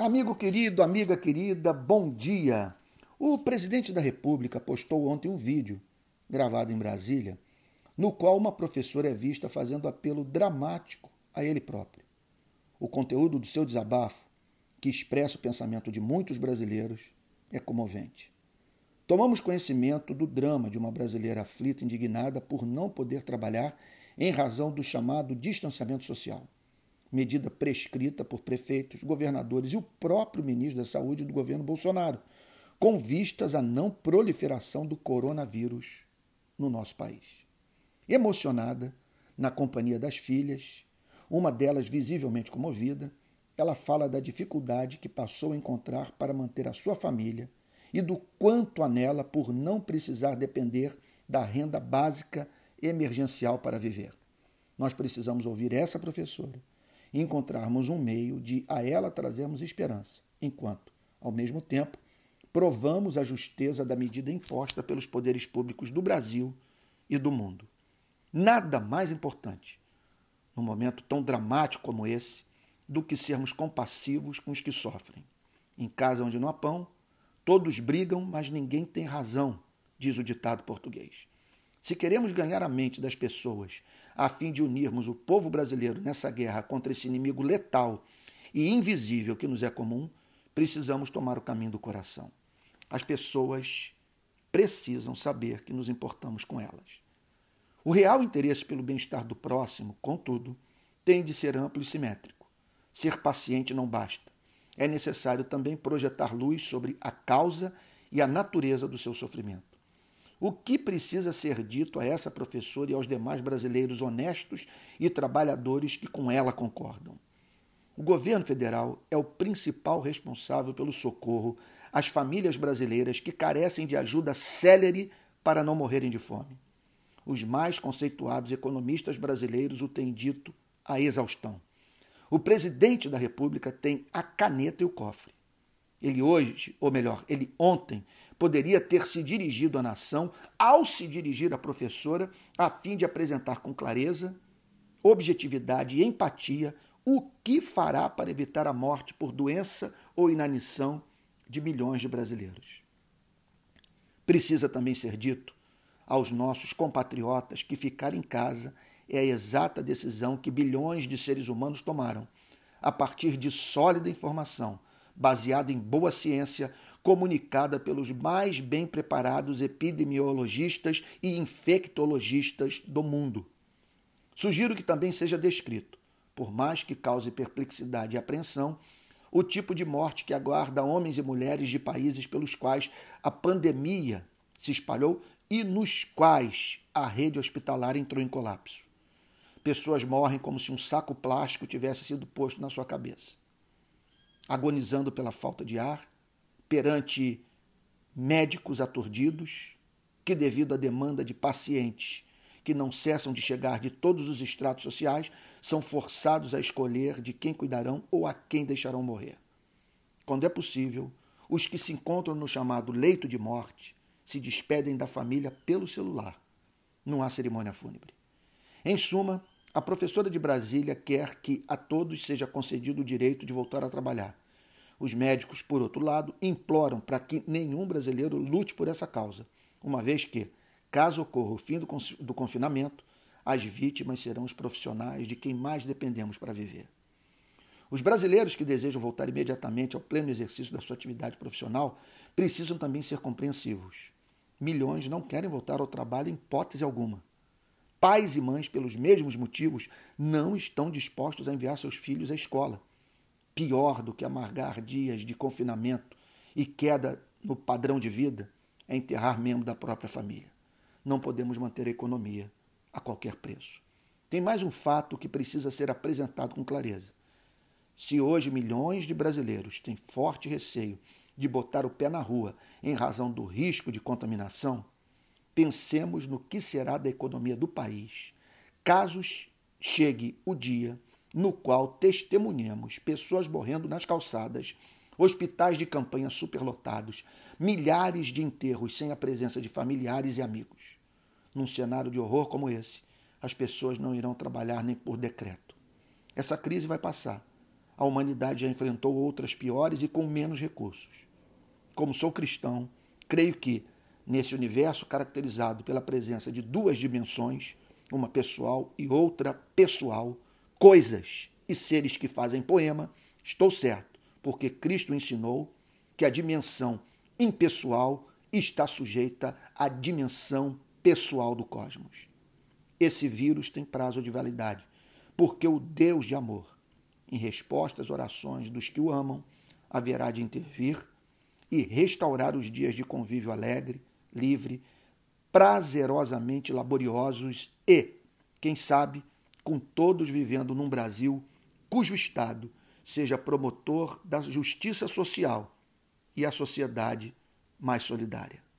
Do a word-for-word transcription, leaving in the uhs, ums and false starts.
Amigo querido, amiga querida, bom dia. O presidente da República postou ontem um vídeo, gravado em Brasília, no qual uma professora é vista fazendo apelo dramático a ele próprio. O conteúdo do seu desabafo, que expressa o pensamento de muitos brasileiros, é comovente. Tomamos conhecimento do drama de uma brasileira aflita e indignada por não poder trabalhar em razão do chamado distanciamento social, medida prescrita por prefeitos, governadores e o próprio ministro da Saúde do governo Bolsonaro, com vistas à não proliferação do coronavírus no nosso país. Emocionada, na companhia das filhas, uma delas visivelmente comovida, ela fala da dificuldade que passou a encontrar para manter a sua família e do quanto anela por não precisar depender da renda básica emergencial para viver. Nós precisamos ouvir essa professora e encontrarmos um meio de a ela trazermos esperança, enquanto, ao mesmo tempo, provamos a justeza da medida imposta pelos poderes públicos do Brasil e do mundo. Nada mais importante, num momento tão dramático como esse, do que sermos compassivos com os que sofrem. Em casa onde não há pão, todos brigam, mas ninguém tem razão, diz o ditado português. Se queremos ganhar a mente das pessoas a fim de unirmos o povo brasileiro nessa guerra contra esse inimigo letal e invisível que nos é comum, precisamos tomar o caminho do coração. As pessoas precisam saber que nos importamos com elas. O real interesse pelo bem-estar do próximo, contudo, tem de ser amplo e simétrico. Ser paciente não basta. É necessário também projetar luz sobre a causa e a natureza do seu sofrimento. O que precisa ser dito a essa professora e aos demais brasileiros honestos e trabalhadores que com ela concordam? O governo federal é o principal responsável pelo socorro às famílias brasileiras que carecem de ajuda célere para não morrerem de fome. Os mais conceituados economistas brasileiros o têm dito à exaustão. O presidente da República tem a caneta e o cofre. Ele hoje, ou melhor, ele ontem, poderia ter se dirigido à nação ao se dirigir à professora, a fim de apresentar com clareza, objetividade e empatia o que fará para evitar a morte por doença ou inanição de milhões de brasileiros. Precisa também ser dito aos nossos compatriotas que ficar em casa é a exata decisão que bilhões de seres humanos tomaram, a partir de sólida informação, baseada em boa ciência, comunicada pelos mais bem preparados epidemiologistas e infectologistas do mundo. Sugiro que também seja descrito, por mais que cause perplexidade e apreensão, o tipo de morte que aguarda homens e mulheres de países pelos quais a pandemia se espalhou e nos quais a rede hospitalar entrou em colapso. Pessoas morrem como se um saco plástico tivesse sido posto na sua cabeça, agonizando pela falta de ar, perante médicos aturdidos, que devido à demanda de pacientes que não cessam de chegar de todos os estratos sociais, são forçados a escolher de quem cuidarão ou a quem deixarão morrer. Quando é possível, os que se encontram no chamado leito de morte se despedem da família pelo celular. Não há cerimônia fúnebre. Em suma, a professora de Brasília quer que a todos seja concedido o direito de voltar a trabalhar. Os médicos, por outro lado, imploram para que nenhum brasileiro lute por essa causa, uma vez que, caso ocorra o fim do, do confinamento, as vítimas serão os profissionais de quem mais dependemos para viver. Os brasileiros que desejam voltar imediatamente ao pleno exercício da sua atividade profissional precisam também ser compreensivos. Milhões não querem voltar ao trabalho em hipótese alguma. Pais e mães, pelos mesmos motivos, não estão dispostos a enviar seus filhos à escola. Pior do que amargar dias de confinamento e queda no padrão de vida é enterrar membro da própria família. Não podemos manter a economia a qualquer preço. Tem mais um fato que precisa ser apresentado com clareza. Se hoje milhões de brasileiros têm forte receio de botar o pé na rua em razão do risco de contaminação, pensemos no que será da economia do país, caso chegue o dia no qual testemunhemos pessoas morrendo nas calçadas, hospitais de campanha superlotados, milhares de enterros sem a presença de familiares e amigos. Num cenário de horror como esse, as pessoas não irão trabalhar nem por decreto. Essa crise vai passar, A humanidade já enfrentou outras piores e com menos recursos. Como sou cristão, creio que, nesse universo caracterizado pela presença de duas dimensões, uma pessoal e outra pessoal, coisas e seres que fazem poema, estou certo, porque Cristo ensinou que a dimensão impessoal está sujeita à dimensão pessoal do cosmos. Esse vírus tem prazo de validade, porque o Deus de amor, em resposta às orações dos que o amam, haverá de intervir e restaurar os dias de convívio alegre, livre, prazerosamente laboriosos e, quem sabe, com todos vivendo num Brasil cujo Estado seja promotor da justiça social e a sociedade mais solidária.